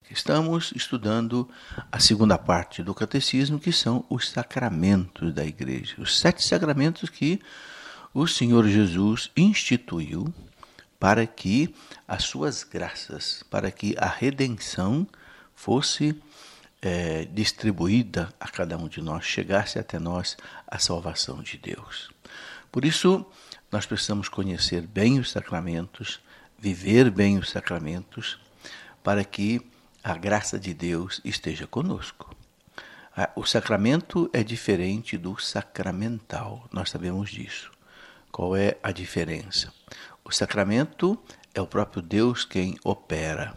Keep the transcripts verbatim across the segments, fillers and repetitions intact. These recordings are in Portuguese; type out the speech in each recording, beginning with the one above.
Estamos estudando a segunda parte do catecismo, que são os sacramentos da igreja. Os sete sacramentos que o Senhor Jesus instituiu para que as suas graças, para que a redenção fosse é, distribuída a cada um de nós, chegasse até nós a salvação de Deus. Por isso, nós precisamos conhecer bem os sacramentos, viver bem os sacramentos, para que a graça de Deus esteja conosco. O sacramento é diferente do sacramental, nós sabemos disso. Qual é a diferença? O sacramento é o próprio Deus quem opera.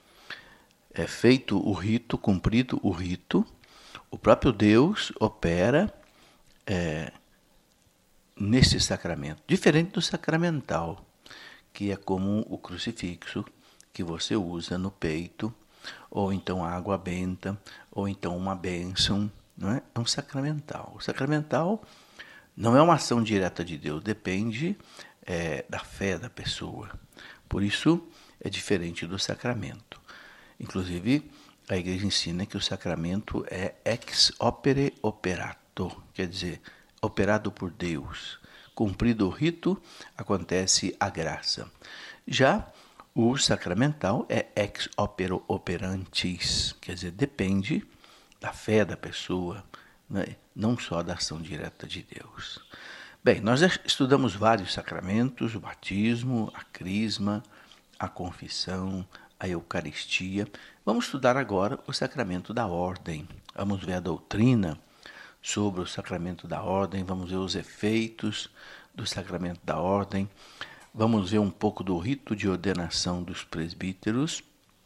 É feito o rito, cumprido o rito, o próprio Deus opera é, nesse sacramento. Diferente do sacramental, que é como o crucifixo que você usa no peito, ou então a água benta, ou então uma bênção, não é? É um sacramental. O sacramental não é uma ação direta de Deus, depende é, da fé da pessoa. Por isso, é diferente do sacramento. Inclusive, a igreja ensina que o sacramento é ex opere operato, quer dizer, operado por Deus. Cumprido o rito, acontece a graça. Já o sacramental é ex opere operantis, quer dizer, depende da fé da pessoa, né? Não só da ação direta de Deus. Bem, nós estudamos vários sacramentos, o batismo, a crisma, a confissão, a Eucaristia. Vamos estudar agora o sacramento da ordem. Vamos ver a doutrina sobre o sacramento da ordem, vamos ver os efeitos do sacramento da ordem. Vamos ver um pouco do rito de ordenação dos presbíteros.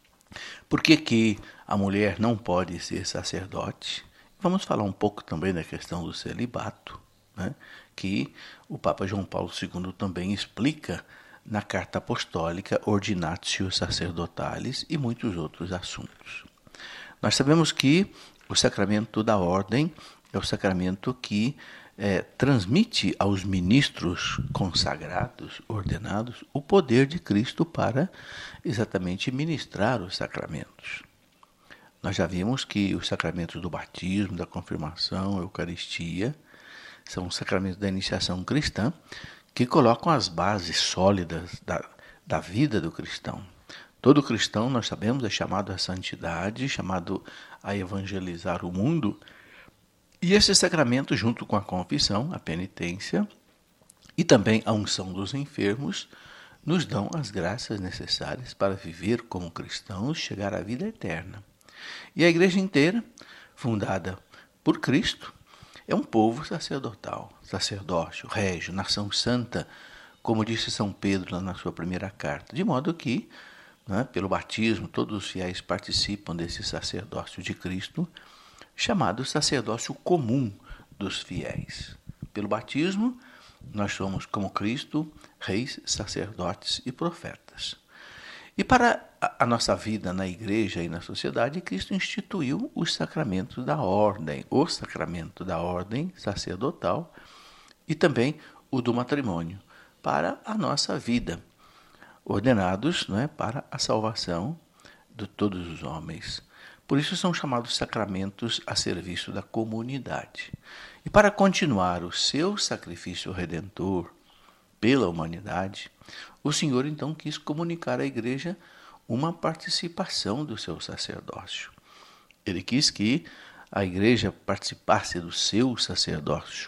Por que que a mulher não pode ser sacerdote? Vamos falar um pouco também da questão do celibato, né? Que o Papa João Paulo segundo também explica na Carta Apostólica Ordinatio Sacerdotalis e muitos outros assuntos. Nós sabemos que o sacramento da ordem é o sacramento que É, transmite aos ministros consagrados, ordenados, o poder de Cristo para exatamente ministrar os sacramentos. Nós já vimos que os sacramentos do batismo, da confirmação, a Eucaristia, são os sacramentos da iniciação cristã que colocam as bases sólidas da, da vida do cristão. Todo cristão, nós sabemos, é chamado à santidade, chamado a evangelizar o mundo. E esse sacramento, junto com a confissão, a penitência e também a unção dos enfermos, nos dão as graças necessárias para viver como cristãos, chegar à vida eterna. E a igreja inteira, fundada por Cristo, é um povo sacerdotal, sacerdócio, régio, nação santa, como disse São Pedro na sua primeira carta, de modo que, né, pelo batismo, todos os fiéis participam desse sacerdócio de Cristo, chamado sacerdócio comum dos fiéis. Pelo batismo, nós somos, como Cristo, reis, sacerdotes e profetas. E para a nossa vida na igreja e na sociedade, Cristo instituiu os sacramentos da ordem, o sacramento da ordem sacerdotal e também o do matrimônio, para a nossa vida, ordenados, não é, para a salvação de todos os homens. Por isso são chamados sacramentos a serviço da comunidade. E para continuar o seu sacrifício redentor pela humanidade, o Senhor então quis comunicar à igreja uma participação do seu sacerdócio. Ele quis que a igreja participasse do seu sacerdócio,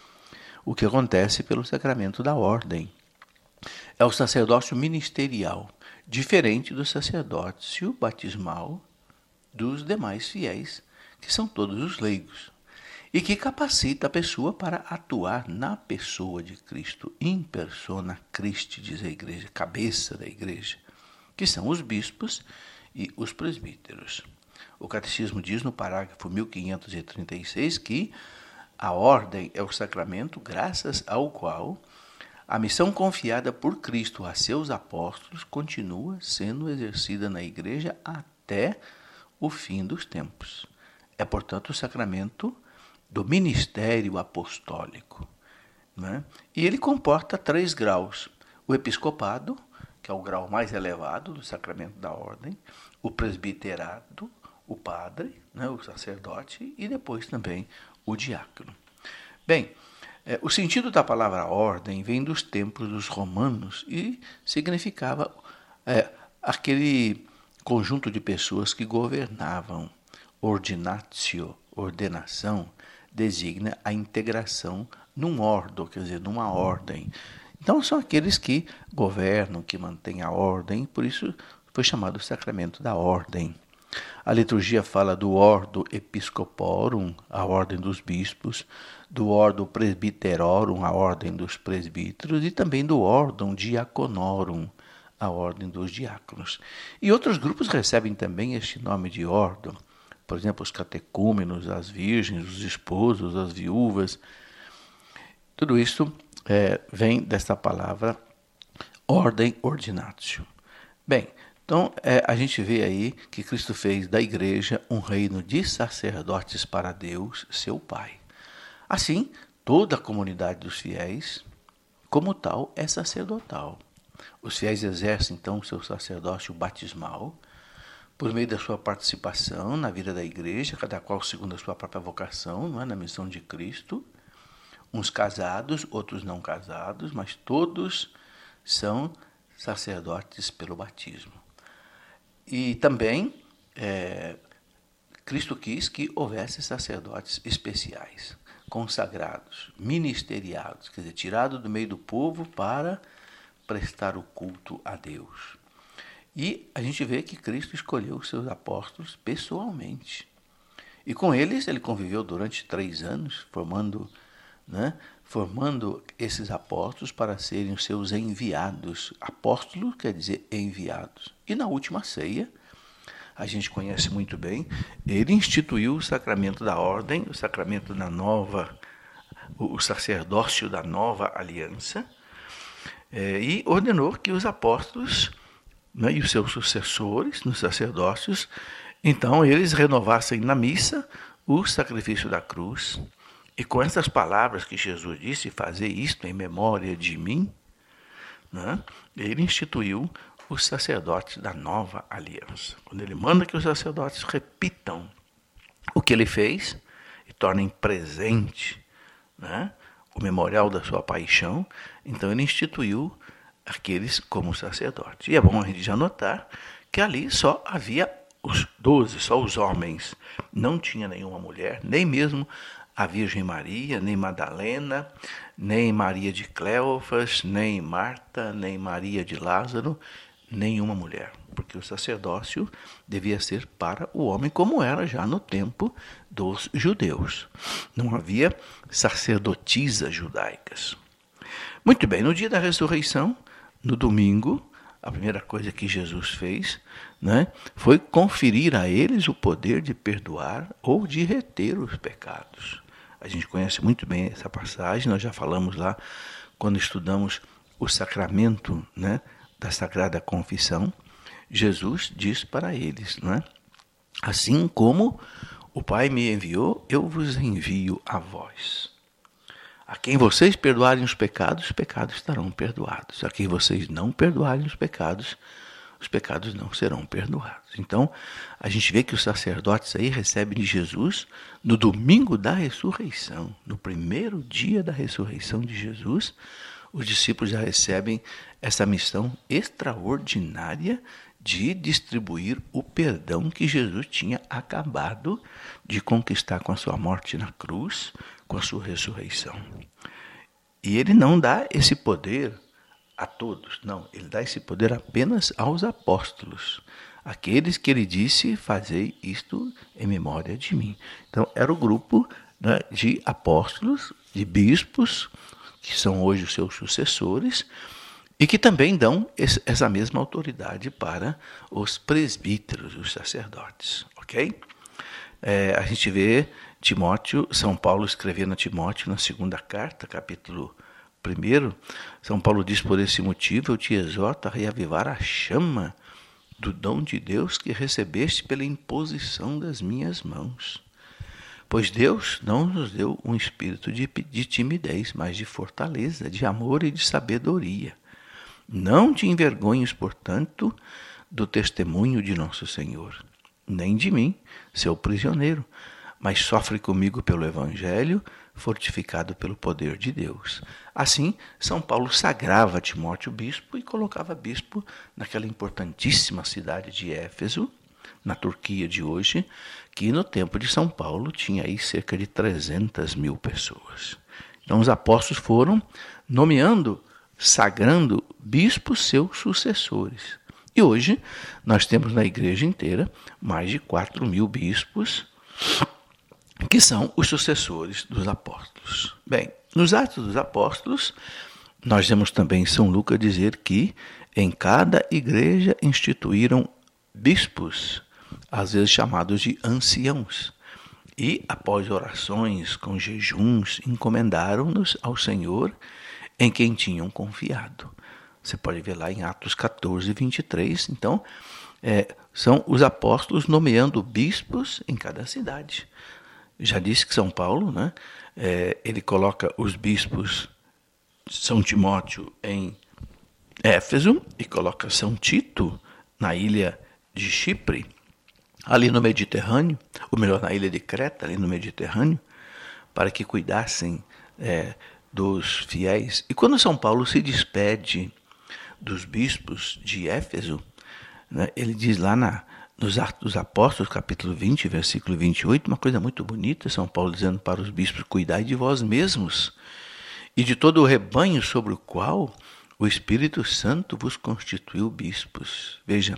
o que acontece pelo sacramento da ordem. É o sacerdócio ministerial, diferente do sacerdócio batismal dos demais fiéis, que são todos os leigos, e que capacita a pessoa para atuar na pessoa de Cristo, in persona Christi, diz a igreja, cabeça da igreja, que são os bispos e os presbíteros. O catecismo diz no parágrafo mil quinhentos e trinta e seis que a ordem é o sacramento graças ao qual a missão confiada por Cristo a seus apóstolos continua sendo exercida na igreja até o fim dos tempos. É, portanto, o sacramento do ministério apostólico, né? E ele comporta três graus. O episcopado, que é o grau mais elevado do sacramento da ordem, o presbiterado, o padre, né, o sacerdote, e depois também o diácono. Bem, é, o sentido da palavra ordem vem dos tempos dos romanos e significava é, aquele conjunto de pessoas que governavam. Ordinatio, ordenação, designa a integração num ordo, quer dizer, numa ordem. Então são aqueles que governam, que mantêm a ordem, por isso foi chamado o sacramento da ordem. A liturgia fala do ordo episcoporum, a ordem dos bispos, do ordo presbiterorum, a ordem dos presbíteros, e também do ordem diaconorum, a ordem dos diáconos. E outros grupos recebem também este nome de ordo, por exemplo, os catecúmenos, as virgens, os esposos, as viúvas. Tudo isso é, vem desta palavra ordem, ordinatio. Bem, então é, a gente vê aí que Cristo fez da igreja um reino de sacerdotes para Deus, seu Pai. Assim, toda a comunidade dos fiéis, como tal, é sacerdotal. Os fiéis exercem, então, o seu sacerdócio batismal, por meio da sua participação na vida da igreja, cada qual segundo a sua própria vocação, não é? Na missão de Cristo, uns casados, outros não casados, mas todos são sacerdotes pelo batismo. E também é, Cristo quis que houvesse sacerdotes especiais, consagrados, ministeriados, quer dizer, tirados do meio do povo para prestar o culto a Deus. E a gente vê que Cristo escolheu os seus apóstolos pessoalmente. E com eles ele conviveu durante três anos, formando, né, formando esses apóstolos para serem os seus enviados. Apóstolo quer dizer enviados. E na última ceia, a gente conhece muito bem, ele instituiu o sacramento da ordem, o sacramento da nova, o sacerdócio da nova aliança, é, e ordenou que os apóstolos, né, e os seus sucessores nos sacerdócios, então eles renovassem na missa o sacrifício da cruz. E com essas palavras que Jesus disse, fazer isto em memória de mim, né, ele instituiu os sacerdotes da nova aliança. Quando ele manda que os sacerdotes repitam o que ele fez e tornem presente, né, o memorial da sua paixão, então ele instituiu aqueles como sacerdotes. E é bom a gente já notar que ali só havia os doze, só os homens. Não tinha nenhuma mulher, nem mesmo a Virgem Maria, nem Madalena, nem Maria de Cleofas, nem Marta, nem Maria de Lázaro, nenhuma mulher, porque o sacerdócio devia ser para o homem, como era já no tempo dos judeus. Não havia sacerdotisas judaicas. Muito bem, no dia da ressurreição, no domingo, a primeira coisa que Jesus fez, né, foi conferir a eles o poder de perdoar ou de reter os pecados. A gente conhece muito bem essa passagem, nós já falamos lá quando estudamos o sacramento, né, da Sagrada Confissão. Jesus diz para eles, né, assim como o Pai me enviou, eu vos envio a vós. A quem vocês perdoarem os pecados, os pecados estarão perdoados. A quem vocês não perdoarem os pecados, os pecados não serão perdoados. Então, a gente vê que os sacerdotes aí recebem de Jesus no domingo da ressurreição, no primeiro dia da ressurreição de Jesus, os discípulos já recebem essa missão extraordinária de distribuir o perdão que Jesus tinha acabado de conquistar com a sua morte na cruz, com a sua ressurreição. E ele não dá esse poder a todos, não, ele dá esse poder apenas aos apóstolos, aqueles que ele disse, fazei isto em memória de mim. Então era o grupo, né, de apóstolos, de bispos, que são hoje os seus sucessores, e que também dão esse, essa mesma autoridade para os presbíteros, os sacerdotes, ok? É, a gente vê Timóteo, São Paulo escrevendo a Timóteo na segunda carta, capítulo primeiro, São Paulo diz, por esse motivo eu te exorto a reavivar a chama do dom de Deus que recebeste pela imposição das minhas mãos. Pois Deus não nos deu um espírito de, de timidez, mas de fortaleza, de amor e de sabedoria. Não te envergonhes, portanto, do testemunho de nosso Senhor, nem de mim, seu prisioneiro, mas sofre comigo pelo Evangelho, fortificado pelo poder de Deus. Assim, São Paulo sagrava Timóteo bispo e colocava bispo naquela importantíssima cidade de Éfeso, na Turquia de hoje, que no tempo de São Paulo tinha aí cerca de trezentas mil pessoas. Então os apóstolos foram nomeando, sagrando bispos seus sucessores. E hoje nós temos na igreja inteira mais de quatro mil bispos, que são os sucessores dos apóstolos. Bem, nos Atos dos Apóstolos, nós vemos também São Lucas dizer que em cada igreja instituíram bispos, às vezes chamados de anciãos, e após orações com jejuns, encomendaram-nos ao Senhor em quem tinham confiado. Você pode ver lá em Atos catorze, vinte e três. Então, é, são os apóstolos nomeando bispos em cada cidade. Já disse que São Paulo, né, é, ele coloca os bispos São Timóteo em Éfeso e coloca São Tito na ilha de Chipre, ali no Mediterrâneo, ou melhor, na ilha de Creta, ali no Mediterrâneo, para que cuidassem é, dos fiéis. E quando São Paulo se despede dos bispos de Éfeso, né, ele diz lá na, nos Atos dos Apóstolos, capítulo vinte, versículo vinte e oito, uma coisa muito bonita, São Paulo dizendo para os bispos: cuidai de vós mesmos e de todo o rebanho sobre o qual o Espírito Santo vos constituiu bispos. Veja,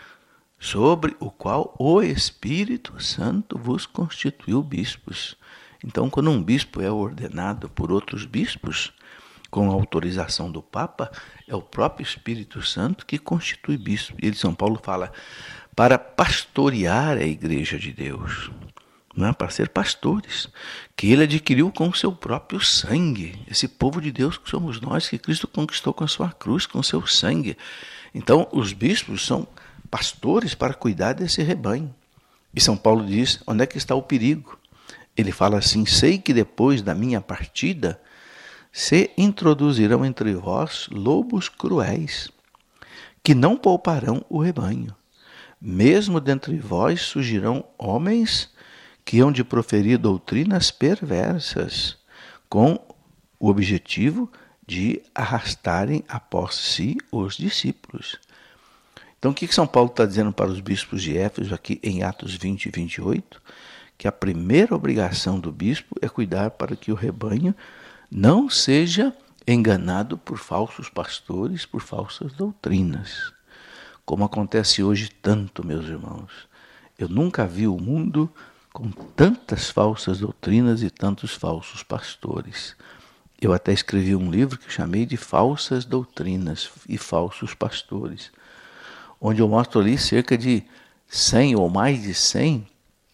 sobre o qual o Espírito Santo vos constituiu bispos. Então, quando um bispo é ordenado por outros bispos, com a autorização do Papa, é o próprio Espírito Santo que constitui bispo. E ele, São Paulo, fala para pastorear a igreja de Deus, não é? Para ser pastores, que ele adquiriu com o seu próprio sangue. Esse povo de Deus que somos nós, que Cristo conquistou com a sua cruz, com o seu sangue. Então, os bispos são pastores para cuidar desse rebanho. E São Paulo diz, onde é que está o perigo? Ele fala assim: sei que depois da minha partida se introduzirão entre vós lobos cruéis, que não pouparão o rebanho. Mesmo dentre vós surgirão homens que hão de proferir doutrinas perversas, com o objetivo de arrastarem após si os discípulos. Então, o que São Paulo está dizendo para os bispos de Éfeso, aqui em Atos vinte e vinte e oito? Que a primeira obrigação do bispo é cuidar para que o rebanho não seja enganado por falsos pastores, por falsas doutrinas. Como acontece hoje tanto, meus irmãos. Eu nunca vi o mundo com tantas falsas doutrinas e tantos falsos pastores. Eu até escrevi um livro que chamei de Falsas Doutrinas e Falsos Pastores, onde eu mostro ali cerca de cem ou mais de cem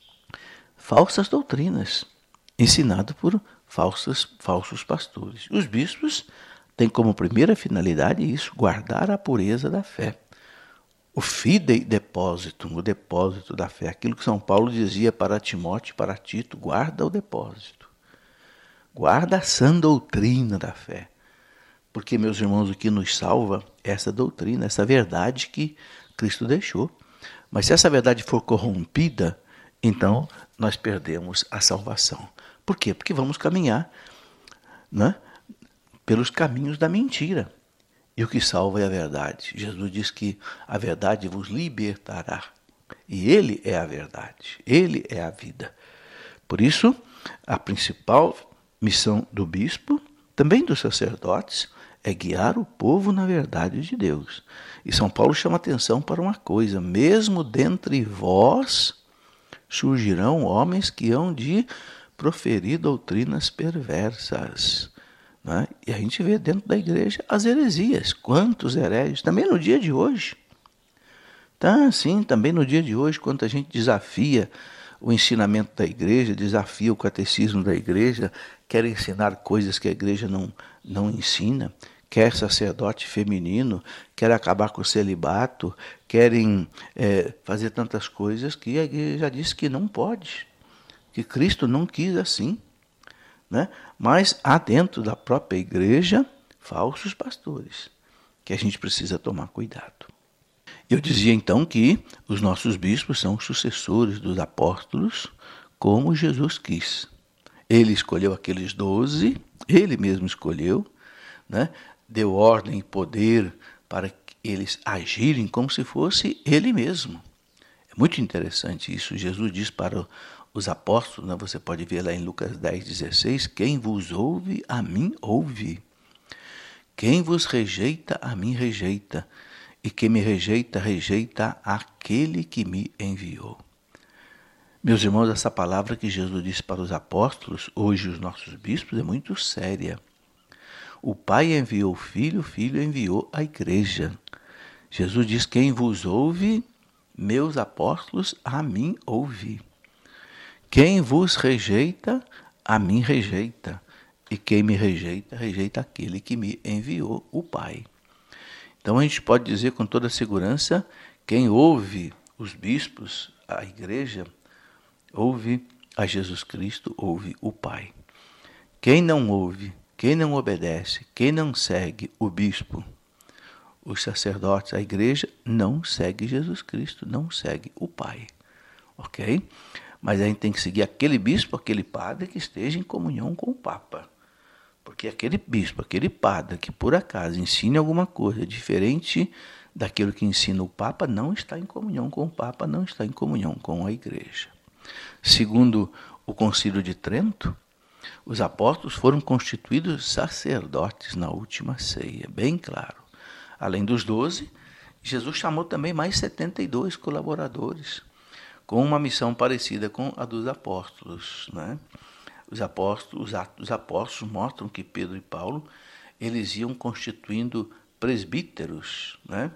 falsas doutrinas, ensinadas por falsas, falsos pastores. Os bispos têm como primeira finalidade isso, guardar a pureza da fé. O fidei depositum, o depósito da fé. Aquilo que São Paulo dizia para Timóteo e para Tito: guarda o depósito. Guarda a sã doutrina da fé. Porque, meus irmãos, o que nos salva é essa doutrina, essa verdade que Cristo deixou. Mas se essa verdade for corrompida, então nós perdemos a salvação. Por quê? Porque vamos caminhar, né, pelos caminhos da mentira. E o que salva é a verdade. Jesus diz que a verdade vos libertará. E Ele é a verdade. Ele é a vida. Por isso, a principal missão do bispo, também dos sacerdotes, é guiar o povo na verdade de Deus. E São Paulo chama atenção para uma coisa: mesmo dentre vós surgirão homens que hão de proferir doutrinas perversas. Né? E a gente vê dentro da igreja as heresias. Quantos hereges, também no dia de hoje. Tá, assim, também no dia de hoje, quando a gente desafia o ensinamento da igreja, desafia o catecismo da igreja, quer ensinar coisas que a igreja não, não ensina, quer sacerdote feminino, quer acabar com o celibato, querem é, fazer tantas coisas que a igreja já disse que não pode, que Cristo não quis assim. Né? Mas há dentro da própria igreja falsos pastores, que a gente precisa tomar cuidado. Eu dizia então que os nossos bispos são sucessores dos apóstolos, como Jesus quis. Ele escolheu aqueles doze, ele mesmo escolheu, né? Deu ordem e poder para que eles agirem como se fosse ele mesmo. É muito interessante isso. Jesus diz para os apóstolos, né? Você pode ver lá em Lucas dez, dezesseis, quem vos ouve, a mim ouve. Quem vos rejeita, a mim rejeita. E quem me rejeita, rejeita aquele que me enviou. Meus irmãos, essa palavra que Jesus disse para os apóstolos, hoje os nossos bispos, é muito séria. O Pai enviou o Filho, o Filho enviou a Igreja. Jesus diz, quem vos ouve, meus apóstolos, a mim ouve. Quem vos rejeita, a mim rejeita. E quem me rejeita, rejeita aquele que me enviou, o Pai. Então a gente pode dizer com toda segurança, quem ouve os bispos, a igreja, ouve a Jesus Cristo, ouve o Pai. Quem não ouve, quem não obedece, quem não segue o bispo, os sacerdotes, a igreja, não segue Jesus Cristo, não segue o Pai. Ok? Mas a gente tem que seguir aquele bispo, aquele padre que esteja em comunhão com o Papa. Porque aquele bispo, aquele padre que por acaso ensine alguma coisa diferente daquilo que ensina o Papa, não está em comunhão com o Papa, não está em comunhão com a Igreja. Segundo o Concílio de Trento, os apóstolos foram constituídos sacerdotes na última ceia, bem claro. Além dos doze, Jesus chamou também mais setenta e dois colaboradores, com uma missão parecida com a dos apóstolos, né? Os apóstolos, os atos dos apóstolos mostram que Pedro e Paulo, eles iam constituindo presbíteros, né?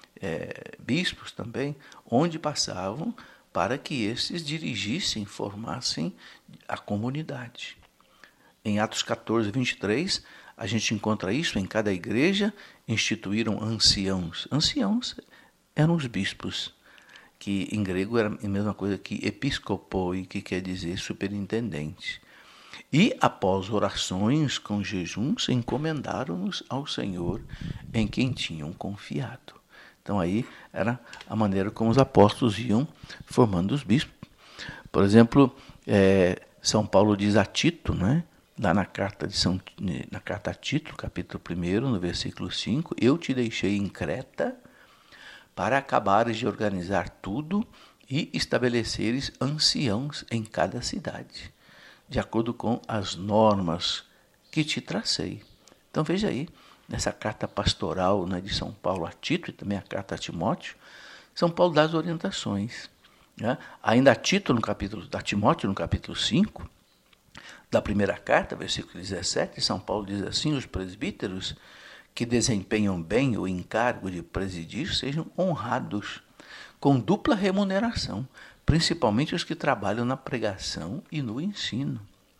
É, bispos também, onde passavam para que esses dirigissem, formassem a comunidade. Em Atos catorze, vinte e três, a gente encontra isso, em cada igreja instituíram anciãos. Anciãos eram os bispos, que em grego era a mesma coisa que episcopoi, que quer dizer superintendente. E, após orações com jejuns, encomendaram-nos ao Senhor em quem tinham confiado. Então, aí era a maneira como os apóstolos iam formando os bispos. Por exemplo, é, São Paulo diz a Tito, né, lá na carta, de São, na carta a Tito, capítulo um, no versículo cinco, eu te deixei em Creta para acabares de organizar tudo e estabeleceres anciãos em cada cidade, de acordo com as normas que te tracei. Então veja aí, nessa carta pastoral, né, de São Paulo a Tito e também a carta a Timóteo, São Paulo dá as orientações. Né? Ainda a Tito, no capítulo, a Timóteo, no capítulo cinco, da primeira carta, versículo dezessete, São Paulo diz assim, os presbíteros que desempenham bem o encargo de presidir sejam honrados, com dupla remuneração, principalmente os que trabalham na pregação e no ensino.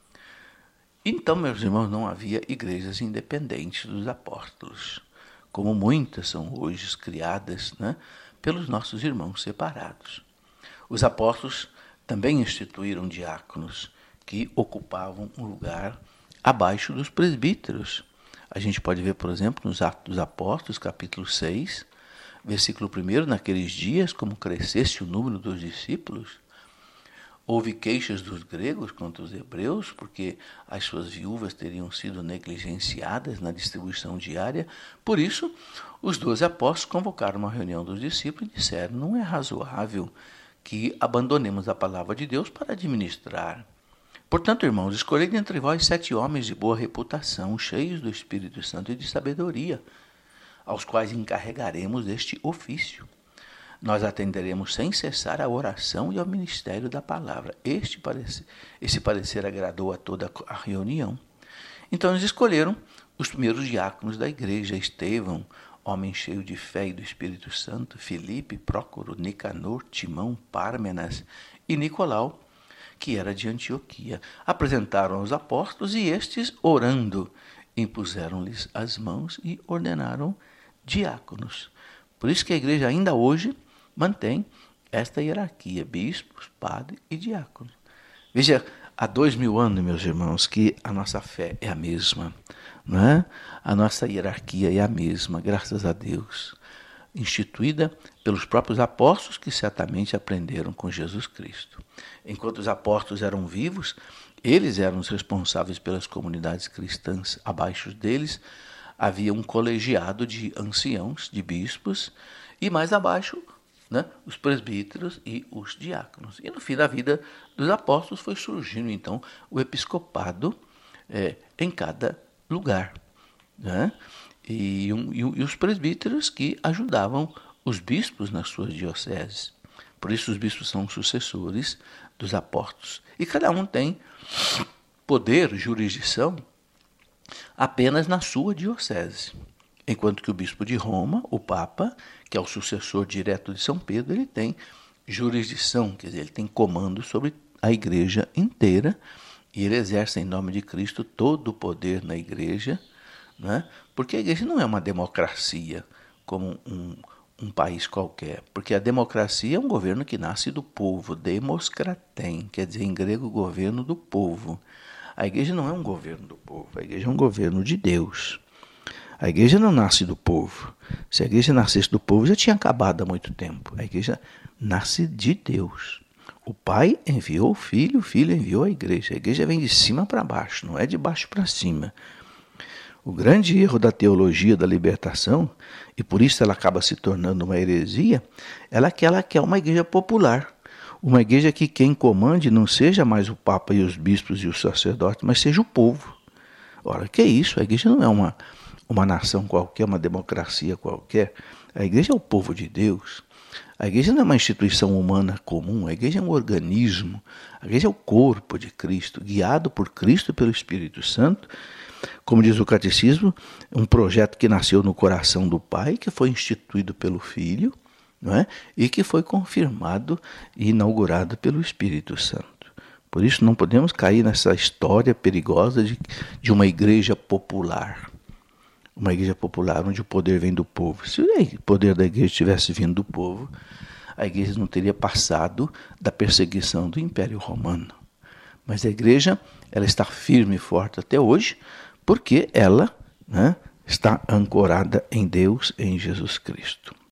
Então, meus irmãos, não havia igrejas independentes dos apóstolos, como muitas são hoje criadas, né, pelos nossos irmãos separados. Os apóstolos também instituíram diáconos que ocupavam um lugar abaixo dos presbíteros. A gente pode ver, por exemplo, nos Atos dos Apóstolos, capítulo seis, versículo um, naqueles dias, como crescesse o número dos discípulos, houve queixas dos gregos contra os hebreus, porque as suas viúvas teriam sido negligenciadas na distribuição diária. Por isso, os doze apóstolos convocaram uma reunião dos discípulos e disseram, não é razoável que abandonemos a palavra de Deus para administrar. Portanto, irmãos, escolhei dentre vós sete homens de boa reputação, cheios do Espírito Santo e de sabedoria, aos quais encarregaremos este ofício. Nós atenderemos sem cessar à oração e ao ministério da palavra. Este parecer, esse parecer agradou a toda a reunião. Então eles escolheram os primeiros diáconos da igreja, Estevão, homem cheio de fé e do Espírito Santo, Filipe, Prócoro, Nicanor, Timão, Pármenas e Nicolau, que era de Antioquia. Apresentaram aos apóstolos e estes, orando, impuseram-lhes as mãos e ordenaram diáconos. Por isso que a igreja ainda hoje mantém esta hierarquia, bispos, padre e diácono. Veja, há dois mil anos, meus irmãos, que a nossa fé é a mesma, não é? A nossa hierarquia é a mesma, graças a Deus. instituída pelos próprios apóstolos, que certamente aprenderam com Jesus Cristo. Enquanto os apóstolos eram vivos, eles eram os responsáveis pelas comunidades cristãs. Abaixo deles havia um colegiado de anciãos, de bispos, e mais abaixo, né, os presbíteros e os diáconos. E no fim da vida dos apóstolos foi surgindo então o episcopado é, em cada lugar, né? E, um, e os presbíteros que ajudavam os bispos nas suas dioceses. Por isso os bispos são sucessores dos apóstolos. E cada um tem poder, jurisdição, apenas na sua diocese. Enquanto que o bispo de Roma, o Papa, que é o sucessor direto de São Pedro, ele tem jurisdição, quer dizer, ele tem comando sobre a igreja inteira, e ele exerce em nome de Cristo todo o poder na igreja, né? Porque a igreja não é uma democracia como um, um país qualquer, porque a democracia é um governo que nasce do povo, demos kraten, quer dizer em grego governo do povo. A igreja não é um governo do povo, a igreja é um governo de Deus. A igreja não nasce do povo. Se a igreja nascesse do povo, já tinha acabado há muito tempo. A igreja nasce de Deus. O Pai enviou o Filho, o Filho enviou a igreja. A igreja vem de cima para baixo, não é de baixo para cima. O grande erro da teologia da libertação, e por isso ela acaba se tornando uma heresia, ela é que ela quer uma igreja popular. Uma igreja que quem comande não seja mais o Papa e os bispos e os sacerdotes, mas seja o povo. Ora, que é isso? A igreja não é uma, uma nação qualquer, uma democracia qualquer. A igreja é o povo de Deus. A igreja não é uma instituição humana comum, a igreja é um organismo. A igreja é o corpo de Cristo, guiado por Cristo e pelo Espírito Santo. Como diz o Catecismo, um projeto que nasceu no coração do Pai, que foi instituído pelo Filho, não é? E que foi confirmado e inaugurado pelo Espírito Santo. Por isso não podemos cair nessa história perigosa de, de uma igreja popular. Uma igreja popular onde o poder vem do povo. Se o poder da igreja tivesse vindo do povo, a igreja não teria passado da perseguição do Império Romano. Mas a igreja, ela está firme e forte até hoje, porque ela, né, está ancorada em Deus, em Jesus Cristo.